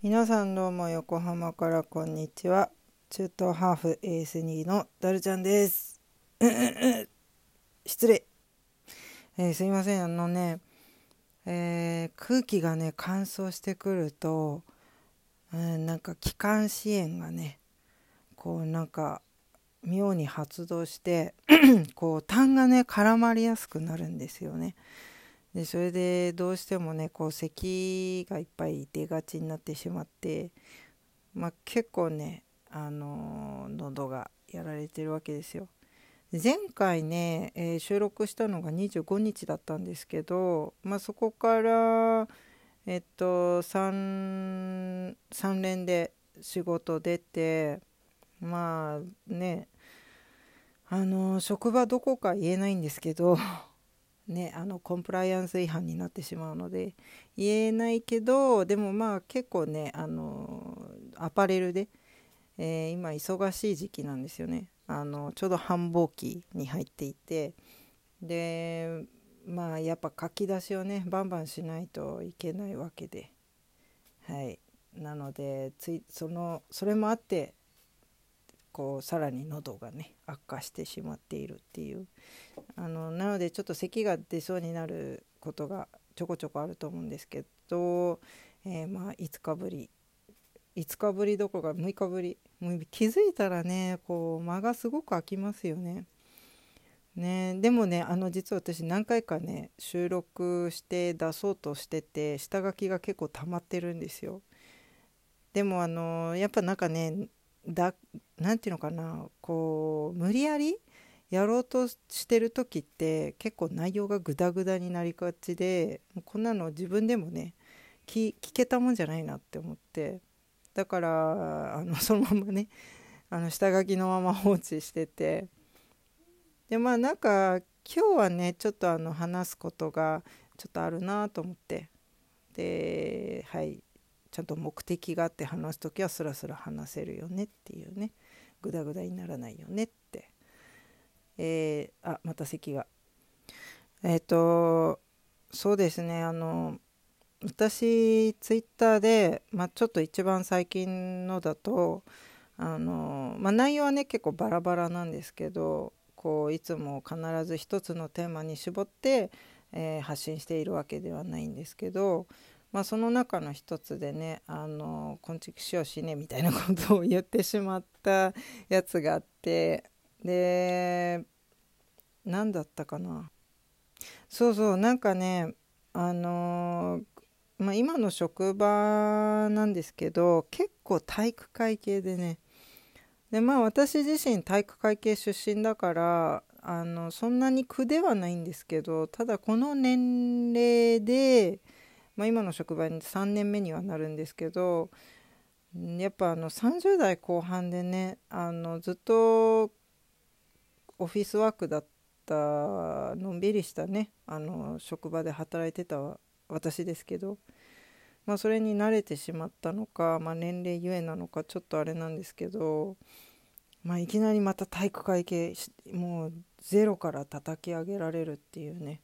皆さんどうも横浜からこんにちは。中東ハーフエース2のダルちゃんです。失礼、すいません。空気がね乾燥してくると、なんか気管支炎がねこうなんか妙に発動してこう痰がね絡まりやすくなるんですよね。でそれでどうしてもねこう咳がいっぱい出がちになってしまって、結構ね喉がやられてるわけですよ。前回ね、収録したのが25日だったんですけど、そこから3連で仕事出て、まあね職場どこか言えないんですけどね、コンプライアンス違反になってしまうので言えないけど、でも結構ねアパレルで、今忙しい時期なんですよね。ちょうど繁忙期に入っていて、でやっぱ書き出しをねバンバンしないといけないわけで、はい、なのでそれもあってこうさらに喉がね悪化してしまっているっていう、なのでちょっと咳が出そうになることがちょこちょこあると思うんですけど、5日ぶり5日ぶりどころか6日ぶり、もう気づいたらねこう間がすごく空きますよね。でもね実は私何回かね収録して出そうとしてて下書きが結構溜まってるんですよ。でもやっぱなんかねなんていうのかな、こう無理やりやろうとしてる時って結構内容がグダグダになりがちで、もうこんなの自分でもね聞けたもんじゃないなって思って、だからそのままね下書きのまま放置してて、でなんか今日はねちょっと話すことがちょっとあるなと思って、ではいちゃんと目的があって話すときはスラスラ話せるよねっていうね、グダグダにならないよねって、また席がえっ、とそうですね、私ツイッターで、ちょっと一番最近のだと内容はね結構バラバラなんですけど、こういつも必ず一つのテーマに絞って、発信しているわけではないんですけど、その中の一つでね「こんちくしようしね」みたいなことを言ってしまったやつがあって、で何だったかな、そうそう、なんかね今の職場なんですけど結構体育会系でね、で私自身体育会系出身だからそんなに苦ではないんですけど、ただこの年齢で、今の職場に3年目にはなるんですけど、やっぱ30代後半でねずっとオフィスワークだったのんびりしたね職場で働いてた私ですけど、それに慣れてしまったのか、年齢ゆえなのかちょっとあれなんですけど、いきなりまた体育会系もうゼロから叩き上げられるっていうね、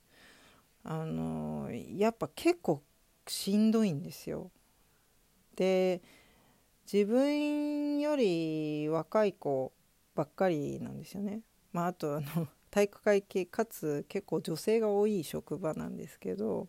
やっぱ結構しんどいんですよ。で自分より若い子ばっかりなんですよね。あと体育会系かつ結構女性が多い職場なんですけど、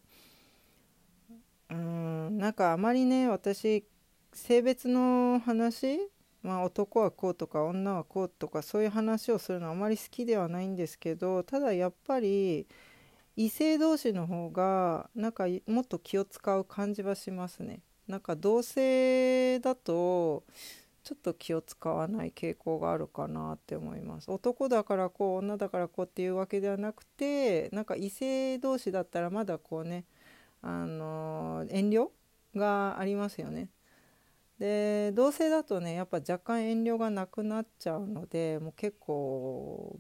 なんかあまりね私性別の話、男はこうとか女はこうとかそういう話をするのはあまり好きではないんですけど、ただやっぱり異性同士の方がなんかもっと気を使う感じはしますね。なんか同性だとちょっと気を使わない傾向があるかなって思います。男だからこう女だからこうっていうわけではなくて、なんか異性同士だったらまだこうね遠慮がありますよね。で同性だとねやっぱ若干遠慮がなくなっちゃうので、もう結構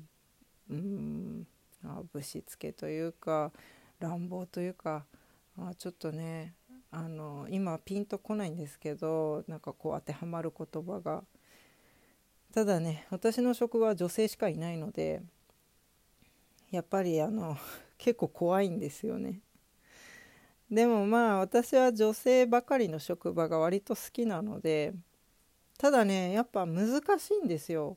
ぶしつけというか乱暴というか、ちょっとね今ピンとこないんですけど、なんかこう当てはまる言葉が、ただね私の職場は女性しかいないのでやっぱり結構怖いんですよね。 でもまあ私は女性ばかりの職場が割と好きなので、ただねやっぱ難しいんですよ。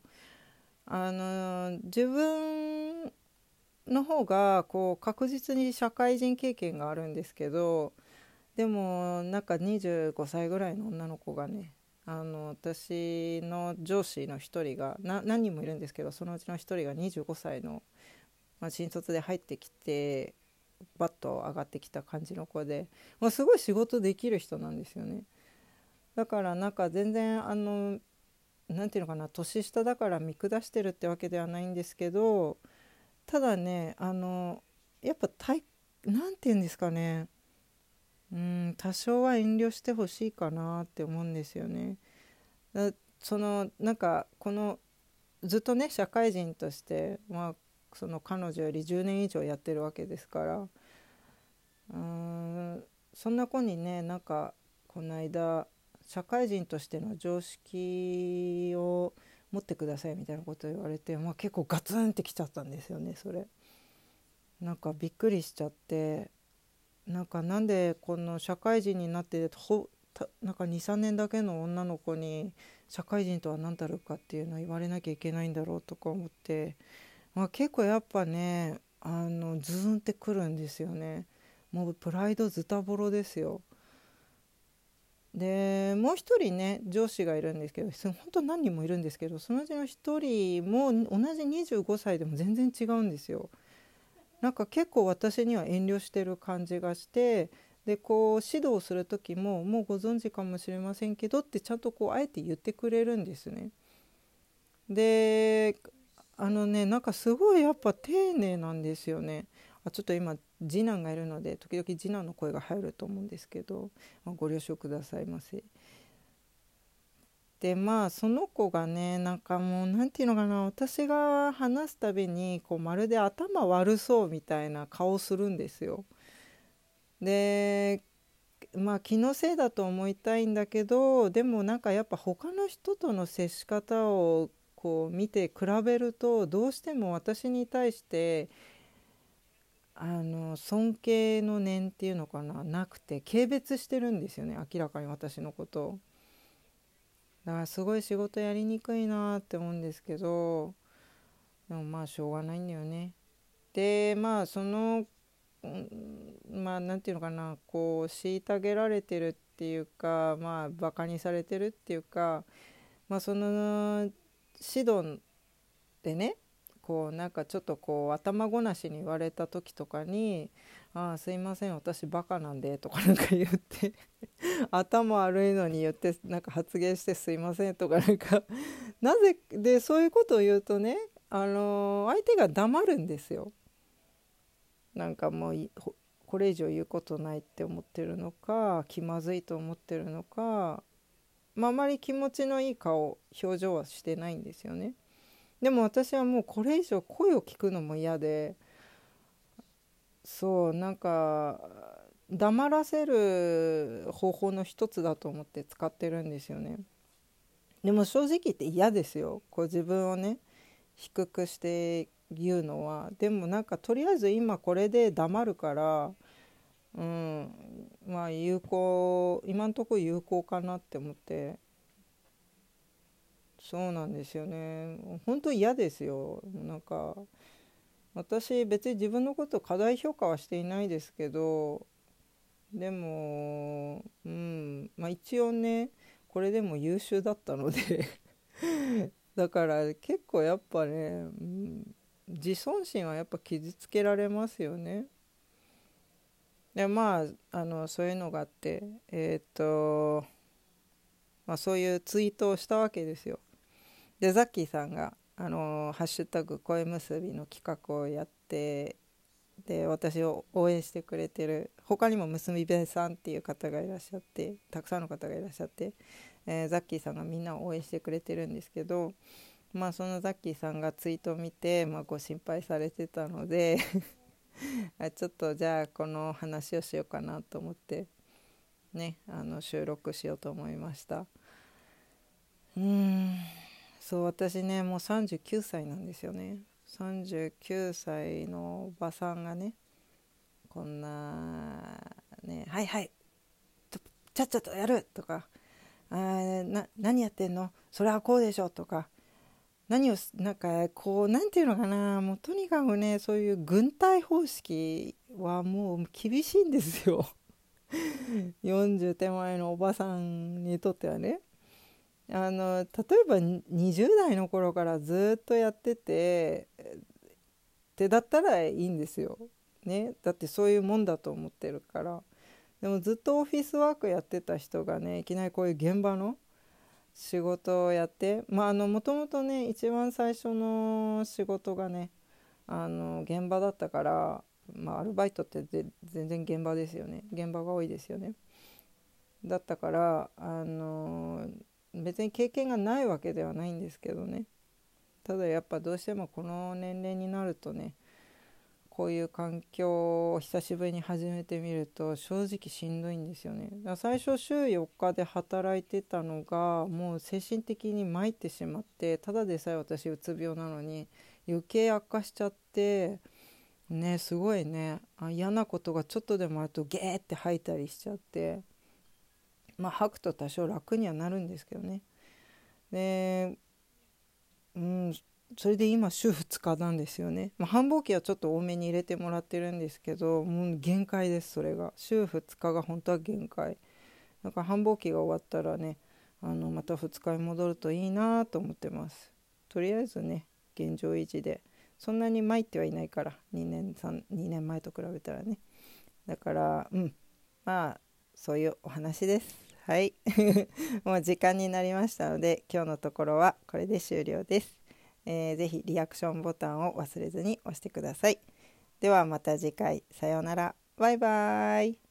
自分の方がこう確実に社会人経験があるんですけど、でもなんか25歳ぐらいの女の子がね、私の上司の一人が何人もいるんですけど、そのうちの一人が25歳の、新卒で入ってきてバッと上がってきた感じの子で、すごい仕事できる人なんですよね。だからなんか全然なんていうのかな、年下だから見下してるってわけではないんですけど、ただねやっぱなんていうんですかね、多少は遠慮してほしいかなって思うんですよね。だそのなんかこのずっとね社会人として、その彼女より10年以上やってるわけですから、そんな子にねなんかこの間社会人としての常識を持ってくださいみたいなことを言われて、結構ガツンってきちゃったんですよね。それなんかびっくりしちゃって、なんでこの社会人になってなんか2、3年だけの女の子に社会人とは何たるかっていうのを言われなきゃいけないんだろうとか思って、結構やっぱねズーンってくるんですよね。もうプライドズタボロですよ。でもう一人ね上司がいるんですけど、本当何人もいるんですけど、そのうちの一人も同じ25歳でも全然違うんですよ。なんか結構私には遠慮してる感じがして、でこう指導する時ももうご存知かもしれませんけどってちゃんとこうあえて言ってくれるんですね。でなんかすごいやっぱ丁寧なんですよね。ちょっと今次男がいるので時々次男の声が入ると思うんですけど、ご了承くださいませ。でその子がねなんかもうなんていうのかな、私が話すたびにこうまるで頭悪そうみたいな顔するんですよ。で気のせいだと思いたいんだけど、でもなんかやっぱ他の人との接し方をこう見て比べるとどうしても私に対して尊敬の念っていうのかなくて軽蔑してるんですよね、明らかに私のことを。だからすごい仕事やりにくいなって思うんですけど、でもしょうがないんだよね。でなんていうのかな、こう虐げられてるっていうか、バカにされてるっていうか、その指導でね、こうなんかちょっとこう頭ごなしに言われた時とかに「ああすいません私バカなんで」とかなんか言って頭悪いのに言ってなんか発言して「すいません」とかなんかなぜでそういうことを言うとね、相手が黙るんですよ。なんかもうこれ以上言うことないって思ってるのか気まずいと思ってるのか、あまり気持ちのいい表情はしてないんですよね。でも私はもうこれ以上声を聞くのも嫌で、そうなんか黙らせる方法の一つだと思って使ってるんですよね。でも正直言って嫌ですよ、こう自分をね低くして言うのは。でもなんかとりあえず今これで黙るから、今んとこ有効かなって思って。そうなんですよね、本当嫌ですよ。なんか私別に自分のことを過大評価はしていないですけど、でも一応ねこれでも優秀だったのでだから結構やっぱね、自尊心はやっぱ傷つけられますよね。でそういうのがあって、そういうツイートをしたわけですよ。でザッキーさんがハッシュタグ声結びの企画をやって、で私を応援してくれてる他にも結び弁さんっていう方がいらっしゃって、たくさんの方がいらっしゃって、ザッキーさんがみんなを応援してくれてるんですけど、そのザッキーさんがツイートを見て、ご心配されてたのでちょっとじゃあこの話をしようかなと思ってね収録しようと思いました。そう私ねもう39歳なんですよね。39歳のおばさんがねこんなね、はいはいちゃっちゃとやるとか、何やってんのそれはこうでしょとか、何をなんかこうなんていうのかな、もうとにかくね、そういう軍隊方式はもう厳しいんですよ40手前のおばさんにとってはね。例えば20代の頃からずっとやっててってだったらいいんですよ、ね、だってそういうもんだと思ってるから。でもずっとオフィスワークやってた人がね、いきなりこういう現場の仕事をやって、もともとね一番最初の仕事がね現場だったから、アルバイトって全然現場ですよね、現場が多いですよね。だったから別に経験がないわけではないんですけどね。ただやっぱどうしてもこの年齢になるとね、こういう環境を久しぶりに始めてみると正直しんどいんですよね。だから最初週4日で働いてたのがもう精神的に参ってしまって、ただでさえ私うつ病なのに余計悪化しちゃってね、すごいね、嫌なことがちょっとでもあるとゲーって吐いたりしちゃって、吐くと多少楽にはなるんですけどね。で、うん、それで今週2日なんですよね。繁忙期はちょっと多めに入れてもらってるんですけど、もう限界です。それが週2日が本当は限界だから、繁忙期が終わったらね、また2日に戻るといいなと思ってます。とりあえずね、現状維持でそんなに参ってはいないから、2年前と比べたらね。だからそういうお話です。はい。もう時間になりましたので、今日のところはこれで終了です。ぜひリアクションボタンを忘れずに押してください。ではまた次回、さようなら、バイバイ。